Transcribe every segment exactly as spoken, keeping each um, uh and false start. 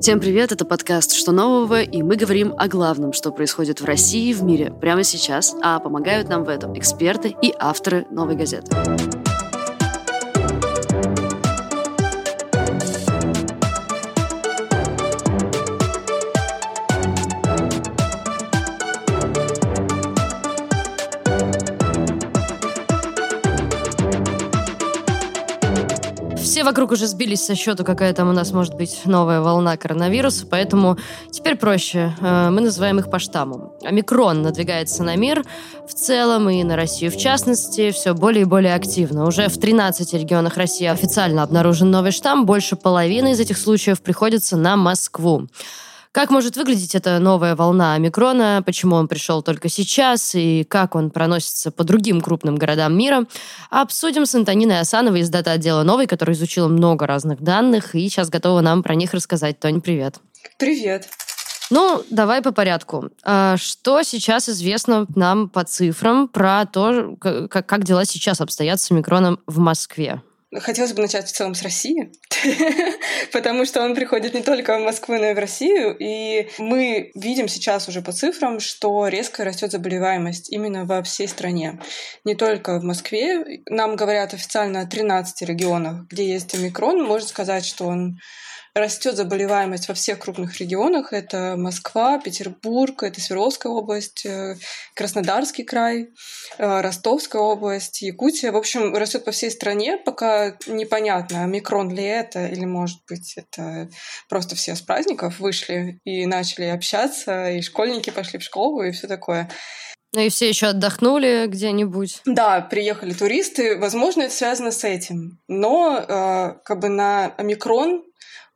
Всем привет, это подкаст «Что нового?», и мы говорим о главном, что происходит в России и в мире прямо сейчас, а помогают нам в этом эксперты и авторы «Новой газеты». Все вокруг уже сбились со счету, какая там у нас может быть новая волна коронавируса, поэтому теперь проще. Мы называем их по штаммам. Омикрон надвигается на мир в целом и на Россию в частности все более и более активно. Уже в тринадцати регионах России официально обнаружен новый штамм. Больше половины из этих случаев приходится на Москву. Как может выглядеть эта новая волна омикрона, почему он пришел только сейчас и как он проносится по другим крупным городам мира, обсудим с Антониной Асановой из дата-отдела «Новой», которая изучила много разных данных и сейчас готова нам про них рассказать. Тонь, привет. Привет. Ну, давай по порядку. Что сейчас известно нам по цифрам про то, как дела сейчас обстоят с омикроном в Москве? Хотелось бы начать в целом с России, потому что он приходит не только в Москву, но и в Россию. И мы видим сейчас уже по цифрам, что резко растет заболеваемость именно во всей стране. Не только в Москве. Нам говорят официально о тринадцати регионах, где есть омикрон. Можно сказать, что он растет заболеваемость во всех крупных регионах. Это Москва, Петербург, это Свердловская область, Краснодарский край, Ростовская область, Якутия. В общем, растет по всей стране. Пока непонятно, омикрон ли это, или, может быть, это просто все с праздников вышли и начали общаться, и школьники пошли в школу, и все такое. Ну и все еще отдохнули где-нибудь. Да, приехали туристы. Возможно, это связано с этим. Но э, как бы на омикрон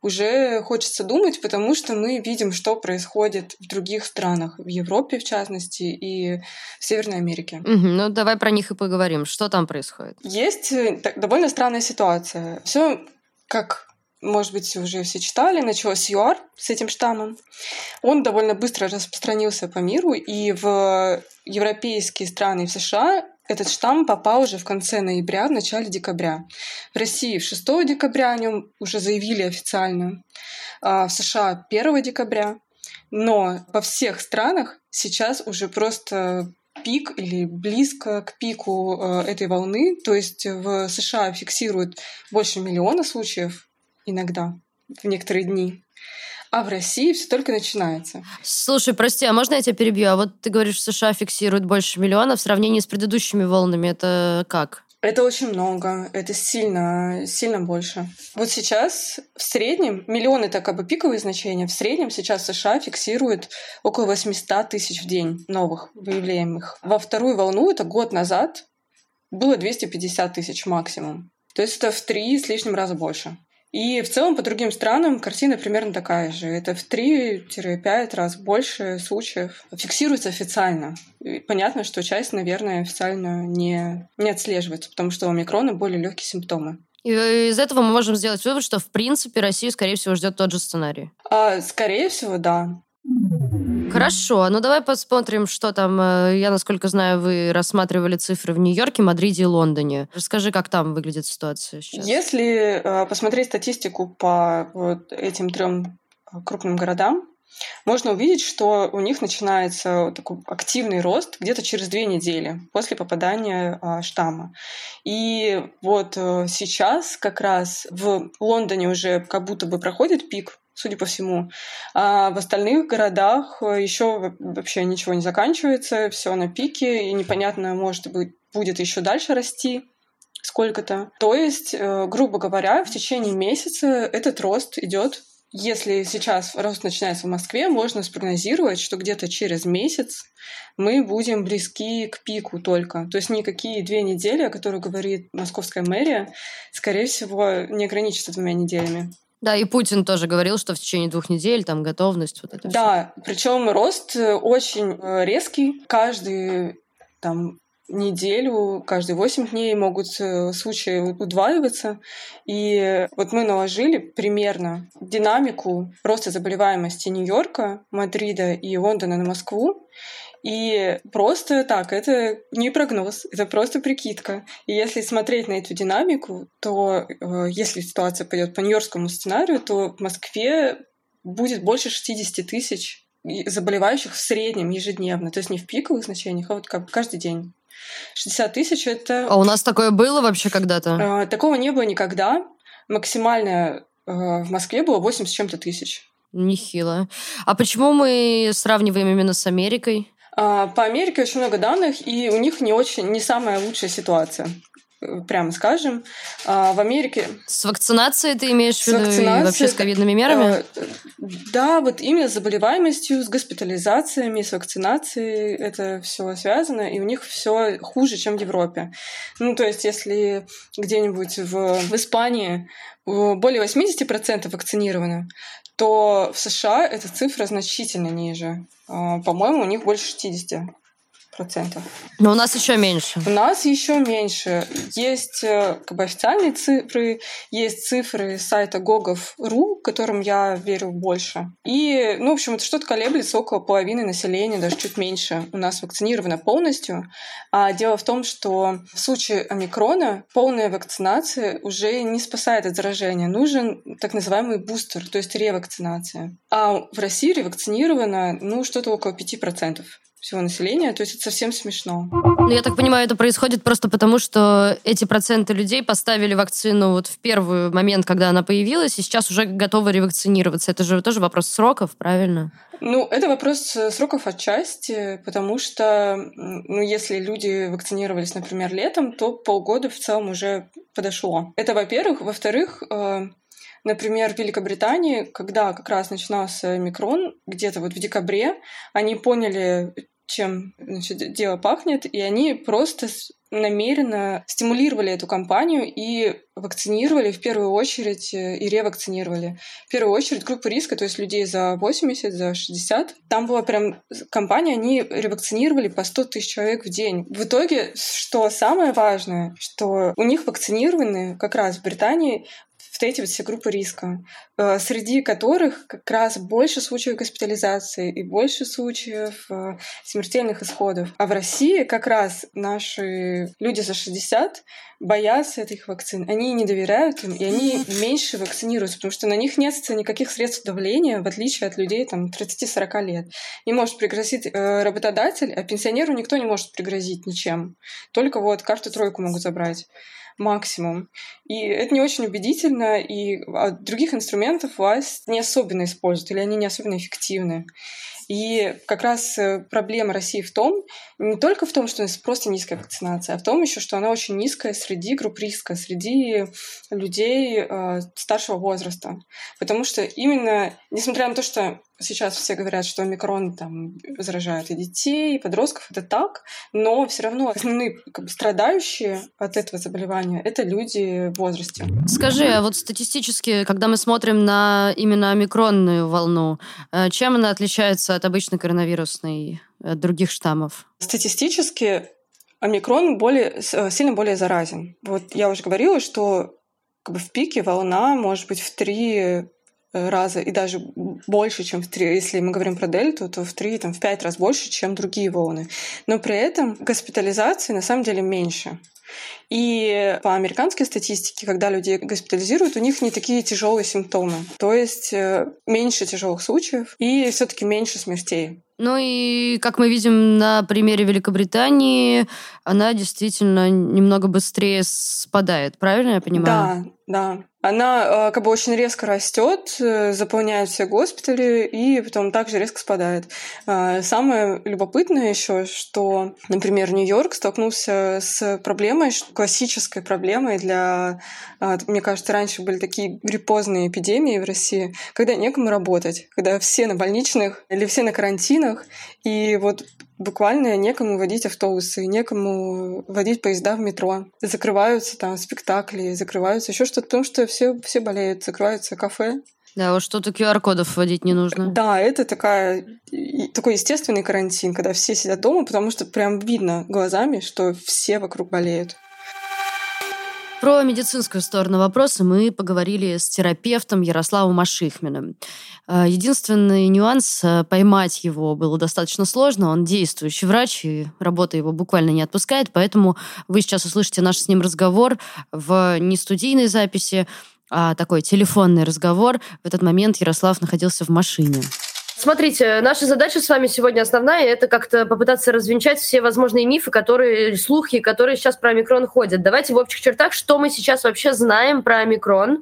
уже хочется думать, потому что мы видим, что происходит в других странах, в Европе, в частности, и в Северной Америке. Угу, ну, давай про них и поговорим. Что там происходит? Есть довольно странная ситуация. Все, как, может быть, уже все читали, началось с ЮАР, с этим штаммом. Он довольно быстро распространился по миру, и в европейские страны и в США этот штамм попал уже в конце ноября, в начале декабря. В России шестого декабря о нем уже заявили официально, в США первого декабря. Но во всех странах сейчас уже просто пик или близко к пику этой волны. То есть в США фиксируют больше миллиона случаев иногда в некоторые дни. А в России все только начинается. Слушай, прости, а можно я тебя перебью? А вот ты говоришь, в США фиксируют больше миллиона в сравнении с предыдущими волнами. Это как? Это очень много. Это сильно, сильно больше. Вот сейчас в среднем, миллион — это как бы пиковые значения, в среднем сейчас США фиксируют около восемьсот тысяч в день новых выявляемых. Во вторую волну, это год назад, было двести пятьдесят тысяч максимум. То есть это в три с лишним раза больше. И в целом по другим странам картина примерно такая же. Это в три-пять раз больше случаев фиксируется официально. И понятно, что часть, наверное, официально не, не отслеживается, потому что у омикрона более легкие симптомы. И из этого мы можем сделать вывод, что, в принципе, Россию, скорее всего, ждет тот же сценарий. А, скорее всего, да. Хорошо, ну давай посмотрим, что там. Я, насколько знаю, вы рассматривали цифры в Нью-Йорке, Мадриде и Лондоне. Расскажи, как там выглядит ситуация сейчас. Если э, посмотреть статистику по вот этим трем крупным городам, можно увидеть, что у них начинается такой активный рост где-то через две недели после попадания э, штамма. И вот э, сейчас как раз в Лондоне уже как будто бы проходит пик, судя по всему. А в остальных городах еще вообще ничего не заканчивается, все на пике, и непонятно, может быть, будет еще дальше расти сколько-то. То есть, грубо говоря, в течение месяца этот рост идет. Если сейчас рост начинается в Москве, можно спрогнозировать, что где-то через месяц мы будем близки к пику только. То есть никакие две недели, о которых говорит московская мэрия, скорее всего, не ограничатся двумя неделями. Да, и Путин тоже говорил, что в течение двух недель там готовность, вот это да, все. Причем рост очень резкий. Каждый там неделю, каждые восемь дней могут случаи удваиваться. И вот мы наложили примерно динамику роста заболеваемости Нью-Йорка, Мадрида и Лондона на Москву. И просто так, это не прогноз, это просто прикидка. И если смотреть на эту динамику, то э, если ситуация пойдет по нью-йоркскому сценарию, то в Москве будет больше шестьдесят тысяч заболевающих в среднем ежедневно. То есть не в пиковых значениях, а вот как каждый день. шестьдесят тысяч — это... А у нас такое было вообще когда-то? Э, такого не было никогда. Максимальное э, в Москве было восемьдесят с чем-то тысяч. Нехило. А почему мы сравниваем именно с Америкой? Э, по Америке очень много данных, и у них не очень, не самая лучшая ситуация. Прямо скажем, в Америке... С вакцинацией ты имеешь в виду и вообще с ковидными мерами? Да, вот именно с заболеваемостью, с госпитализациями, с вакцинацией это все связано, и у них все хуже, чем в Европе. Ну, то есть, если где-нибудь в, в Испании более восемьдесят процентов вакцинировано, то в США эта цифра значительно ниже. По-моему, у них больше шестьдесят процентов. Но у нас еще меньше. У нас еще меньше. Есть как бы официальные цифры, есть цифры сайта гогов точка ру, которым я верю больше. И, ну, в общем, это что-то колеблется около половины населения, даже чуть меньше. У нас вакцинировано полностью. А дело в том, что в случае омикрона полная вакцинация уже не спасает от заражения. Нужен так называемый бустер, то есть ревакцинация. А в России ревакцинировано, ну, что-то около пяти процентов всего населения, то есть это совсем смешно. Ну, я так понимаю, это происходит просто потому, что эти проценты людей поставили вакцину вот в первый момент, когда она появилась, и сейчас уже готовы ревакцинироваться. Это же тоже вопрос сроков, правильно? Ну, это вопрос сроков отчасти, потому что, ну, если люди вакцинировались, например, летом, то полгода в целом уже подошло. Это, во-первых. Во-вторых, например, в Великобритании, когда как раз начинался омикрон, где-то вот в декабре, они поняли, чем, значит, дело пахнет, и они просто намеренно стимулировали эту кампанию и вакцинировали в первую очередь и ревакцинировали. В первую очередь группу риска, то есть людей за восемьдесят, за шестьдесят. Там была прям кампания, они ревакцинировали по сто тысяч человек в день. В итоге, что самое важное, что у них вакцинированы как раз в Британии вот эти вот все группы риска, среди которых как раз больше случаев госпитализации и больше случаев смертельных исходов. А в России как раз наши люди за шестьдесят боятся этих вакцин. Они не доверяют им, и они меньше вакцинируются, потому что на них нет никаких средств давления, в отличие от людей там, тридцать-сорок лет. Не может пригрозить э, работодатель, а пенсионеру никто не может пригрозить ничем. Только вот карту-тройку могут забрать. Максимум. И это не очень убедительно, и других инструментов власть не особенно использует, или они не особенно эффективны. И как раз проблема России в том, не только в том, что у нас просто низкая вакцинация, а в том еще, что она очень низкая среди групп риска, среди людей э, старшего возраста. Потому что именно, несмотря на то, что сейчас все говорят, что омикрон там заражает и детей, и подростков, это так, но все равно основные как бы, страдающие от этого заболевания — это люди в возрасте. Скажи, а вот статистически, когда мы смотрим на именно омикронную волну, чем она отличается от обычной коронавирусной, от других штаммов? Статистически омикрон более, сильно более заразен. Вот я уже говорила, что как бы, в пике волна может быть в три раза и даже больше, чем в три. Если мы говорим про дельту, то в три, там, в пять раз больше, чем другие волны. Но при этом госпитализации на самом деле меньше. И по американской статистике, когда людей госпитализируют, у них не такие тяжелые симптомы. То есть меньше тяжелых случаев и все-таки меньше смертей. Ну и, как мы видим на примере Великобритании, она действительно немного быстрее спадает, правильно я понимаю? Да, да. Она как бы очень резко растет, заполняет все госпитали и потом также резко спадает. Самое любопытное еще, что, например, Нью-Йорк столкнулся с проблемой, классической проблемой для... Мне кажется, раньше были такие гриппозные эпидемии в России, когда некому работать, когда все на больничных или все на карантинах, и вот буквально некому водить автобусы, некому водить поезда в метро. Закрываются там спектакли, закрываются еще что-то, потому что все, все болеют, закрываются кафе. Да, вот что-то ку ар кодов вводить не нужно. Да, это такая, такой естественный карантин, когда все сидят дома, потому что прям видно глазами, что все вокруг болеют. Про медицинскую сторону вопроса мы поговорили с терапевтом Ярославом Ашихминым. Единственный нюанс — поймать его было достаточно сложно. Он действующий врач, и работа его буквально не отпускает, поэтому вы сейчас услышите наш с ним разговор в нестудийной записи. а такой телефонный разговор. В этот момент Ярослав находился в машине. Смотрите, наша задача с вами сегодня основная – это как-то попытаться развенчать все возможные мифы, которые, слухи, которые сейчас про омикрон ходят. Давайте в общих чертах, что мы сейчас вообще знаем про омикрон.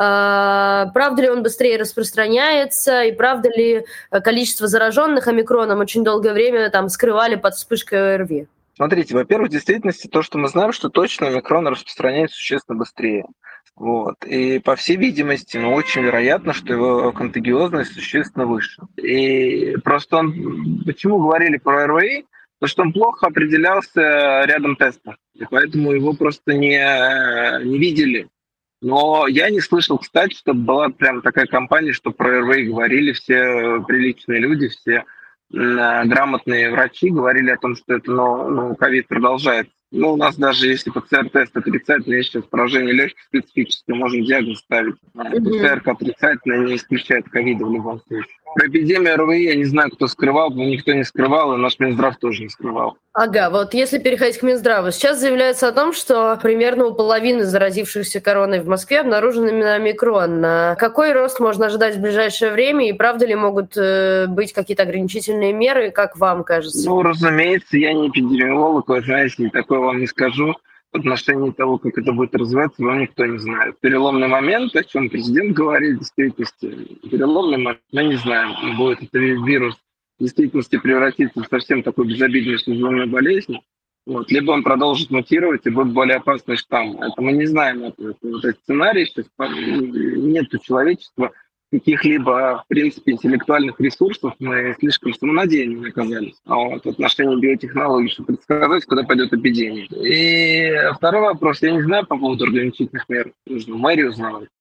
А, правда ли он быстрее распространяется, и правда ли количество зараженных омикроном очень долгое время там скрывали под вспышкой ОРВИ? Смотрите, во-первых, в действительности то, что мы знаем, что точно омикрон распространяется существенно быстрее. Вот. И, по всей видимости, ну, очень вероятно, что его контагиозность существенно выше. И просто он... Почему говорили про ОРВИ? Потому что он плохо определялся рядом тестов. И поэтому его просто не, не видели. Но я не слышал, кстати, чтобы была прям такая кампания, что про ОРВИ говорили все приличные люди, все грамотные врачи говорили о том, что это, ну, ну, ковид продолжается. Ну, у нас даже если ПЦР-тест отрицательный, есть сейчас поражение легких специфическое, можем диагноз ставить. Mm-hmm. ПЦР отрицательная не исключает ковида в любом случае. Про эпидемию ОРВИ я не знаю, кто скрывал, но никто не скрывал, и наш Минздрав тоже не скрывал. Ага, вот если переходить к Минздраву. Сейчас заявляется о том, что примерно у половины заразившихся короной в Москве обнаружен именно омикрон. Какой рост можно ожидать в ближайшее время, и правда ли могут э, быть какие-то ограничительные меры, как вам кажется? Ну, разумеется, я не эпидемиолог, вы знаете, такое вам не скажу. В отношении того, как это будет развиваться, вам никто не знает. Переломный момент, о чем президент говорит, в действительности, переломный момент, мы не знаем, будет это вирус в действительности превратиться в совсем такую безобидную сезонную болезнь, вот, либо он продолжит мутировать и будет более опасный штамм. Это мы не знаем. Это, это, это сценарий, сейчас нет у человечества каких-либо, в принципе, интеллектуальных ресурсов, мы слишком самонадеянными оказались. А вот в отношении биотехнологий, чтобы предсказать, куда пойдет эпидемия. И второй вопрос, я не знаю по поводу ограничительных мер, нужно мэрию узнавать.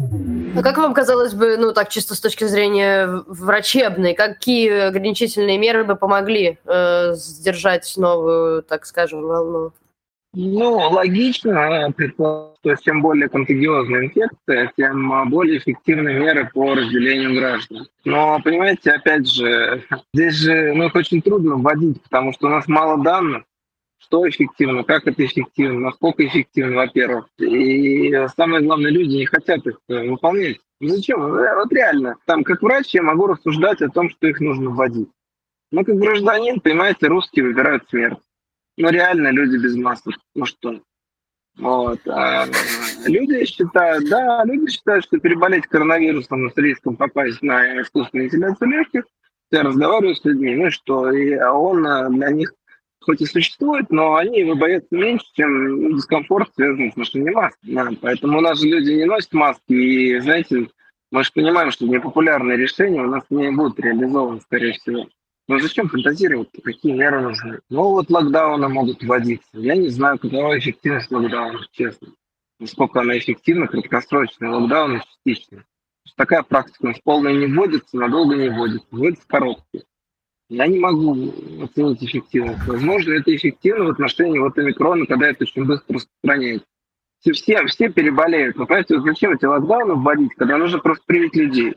А как вам казалось бы, ну так чисто с точки зрения врачебной, какие ограничительные меры бы помогли э, сдержать новую, так скажем, волну? Ну, логично предположить, что чем более контагиозная инфекция, тем более эффективны меры по разделению граждан. Но, понимаете, опять же, здесь же ну, их очень трудно вводить, потому что у нас мало данных, что эффективно, как это эффективно, насколько эффективно, во-первых. И самое главное, люди не хотят их выполнять. Ну, зачем? Вот реально, там как врач я могу рассуждать о том, что их нужно вводить. Но как гражданин, понимаете, русские выбирают смерть. Ну, реально, люди без масок. Ну что? Вот. А люди считают, да, люди считают, что переболеть коронавирусом с риском попасть на искусственную вентиляцию легких, я разговариваю с людьми, ну что, и он для них хоть и существует, но они его боятся меньше, чем дискомфорт, связанный с ношением маски. Да, поэтому у нас же люди не носят маски, и, знаете, мы же понимаем, что непопулярные решения у нас не будут реализованы, скорее всего. Но зачем фантазировать, какие меры нужны? Ну вот локдауны могут вводиться. Я не знаю, какова эффективность локдауна, честно. Насколько она эффективна, краткосрочная, локдаун частичная. Такая практика у нас полная не вводится, надолго не вводится. Вводится короткие. Я не могу оценить эффективность. Возможно, это эффективно в отношении вот омикрона, когда это очень быстро распространяется. Все, все, все переболеют. Но понимаете, вот зачем эти локдауны вводить, когда нужно просто привить людей?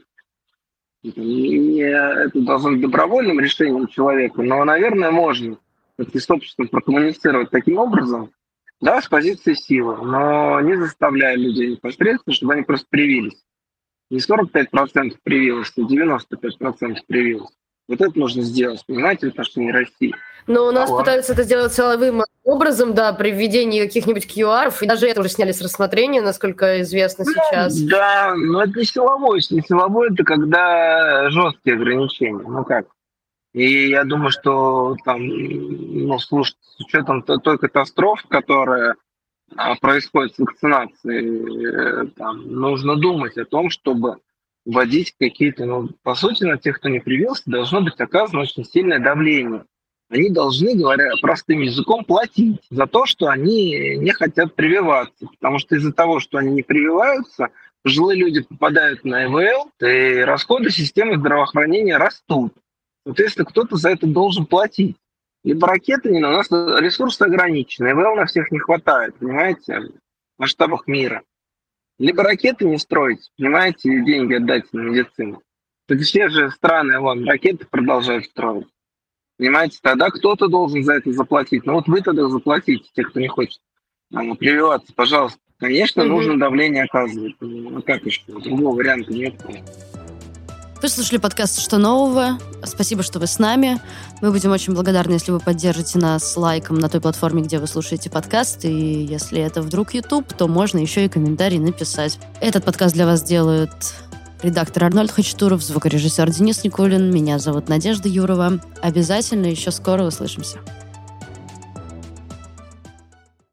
Не, это должно быть добровольным решением человека, но, наверное, можно как-то с обществом прокоммуницировать таким образом, да, с позиции силы, но не заставляя людей непосредственно, чтобы они просто привились. Не сорок пять процентов привилось, а девяносто пять процентов привилось. Вот это нужно сделать, понимаете, в отношении России. Но у нас а пытаются это сделать силовым образом, да, при введении каких-нибудь ку ар, и даже это уже сняли с рассмотрения, насколько известно сейчас. Да, но это не силовой. Не силовой, это когда жесткие ограничения. Ну как? И я думаю, что там, ну, слушайте, с учетом той катастрофы, которая происходит с вакцинацией, там, нужно думать о том, чтобы вводить какие-то, ну, по сути, на тех, кто не привился, должно быть оказано очень сильное давление. Они должны, говоря простым языком, платить за то, что они не хотят прививаться. Потому что из-за того, что они не прививаются, пожилые люди попадают на ИВЛ, и расходы системы здравоохранения растут. Соответственно, кто-то за это должен платить. Либо ракеты, не, у нас ресурсы ограничены, ИВЛ на всех не хватает, понимаете, в масштабах мира. Либо ракеты не строить, понимаете, и деньги отдать на медицину. Так все же страны, вон, ракеты продолжают строить. Понимаете, тогда кто-то должен за это заплатить. Ну вот вы тогда заплатите, те, кто не хочет а, прививаться, пожалуйста. конечно, Мгм. нужно давление оказывать. Ну, как еще? Другого варианта нет. Вы слушали подкаст «Что нового?». Спасибо, что вы с нами. Мы будем очень благодарны, если вы поддержите нас лайком на той платформе, где вы слушаете подкаст. И если это вдруг YouTube, то можно еще и комментарий написать. Этот подкаст для вас делают редактор Арнольд Хачатуров, звукорежиссер Денис Никулин. Меня зовут Надежда Юрова. Обязательно еще скоро услышимся.